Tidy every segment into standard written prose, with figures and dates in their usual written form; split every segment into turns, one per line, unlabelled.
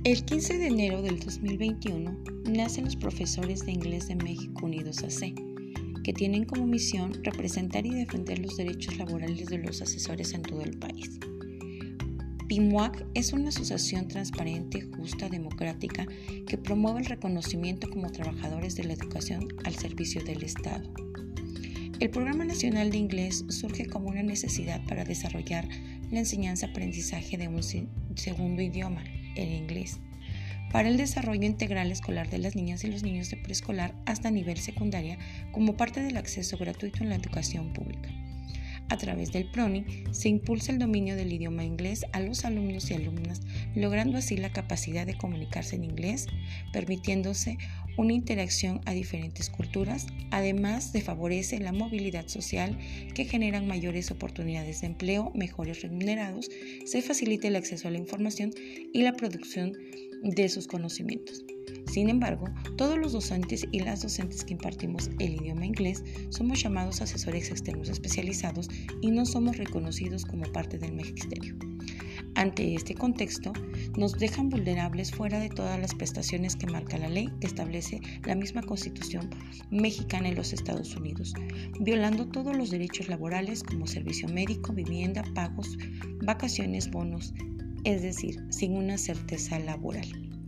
El 15 de enero del 2021 nacen los profesores de inglés de México Unidos AC, que tienen como misión representar y defender los derechos laborales de los asesores en todo el país. PIMUAC es una asociación transparente, justa, democrática, que promueve el reconocimiento como trabajadores de la educación al servicio del Estado. El Programa Nacional de Inglés surge como una necesidad para desarrollar la enseñanza-aprendizaje de un segundo idioma, el inglés, para el desarrollo integral escolar de las niñas y los niños de preescolar hasta nivel secundaria como parte del acceso gratuito en la educación pública. A través del PRONI se impulsa el dominio del idioma inglés a los alumnos y alumnas, logrando así la capacidad de comunicarse en inglés, permitiéndose una interacción a diferentes culturas, además de favorece la movilidad social que generan mayores oportunidades de empleo, mejores remunerados, se facilita el acceso a la información y la producción de sus conocimientos. Sin embargo, todos los docentes y las docentes que impartimos el idioma inglés somos llamados asesores externos especializados y no somos reconocidos como parte del magisterio. Ante este contexto, nos dejan vulnerables fuera de todas las prestaciones que marca la ley que establece la misma Constitución mexicana en los Estados Unidos, violando todos los derechos laborales como servicio médico, vivienda, pagos, vacaciones, bonos, es decir, sin una certeza laboral.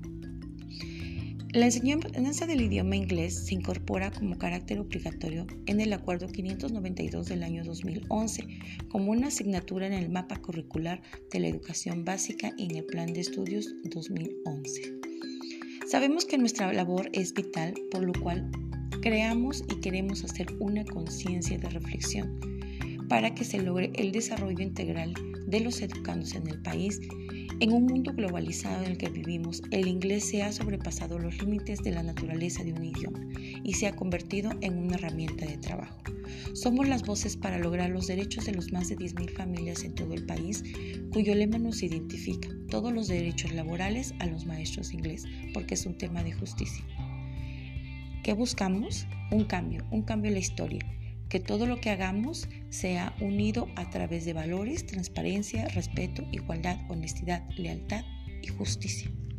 La enseñanza del idioma inglés se incorpora como carácter obligatorio en el Acuerdo 592 del año 2011 como una asignatura en el mapa curricular de la educación básica y en el Plan de Estudios 2011. Sabemos que nuestra labor es vital, por lo cual creamos y queremos hacer una conciencia de reflexión para que se logre el desarrollo integral de los educandos en el país. En un mundo globalizado en el que vivimos, el inglés se ha sobrepasado los límites de la naturaleza de un idioma y se ha convertido en una herramienta de trabajo. Somos las voces para lograr los derechos de los más de 10,000 familias en todo el país, cuyo lema nos identifica: todos los derechos laborales a los maestros de inglés, porque es un tema de justicia. ¿Qué buscamos? Un cambio en la historia. Que todo lo que hagamos sea unido a través de valores, transparencia, respeto, igualdad, honestidad, lealtad y justicia.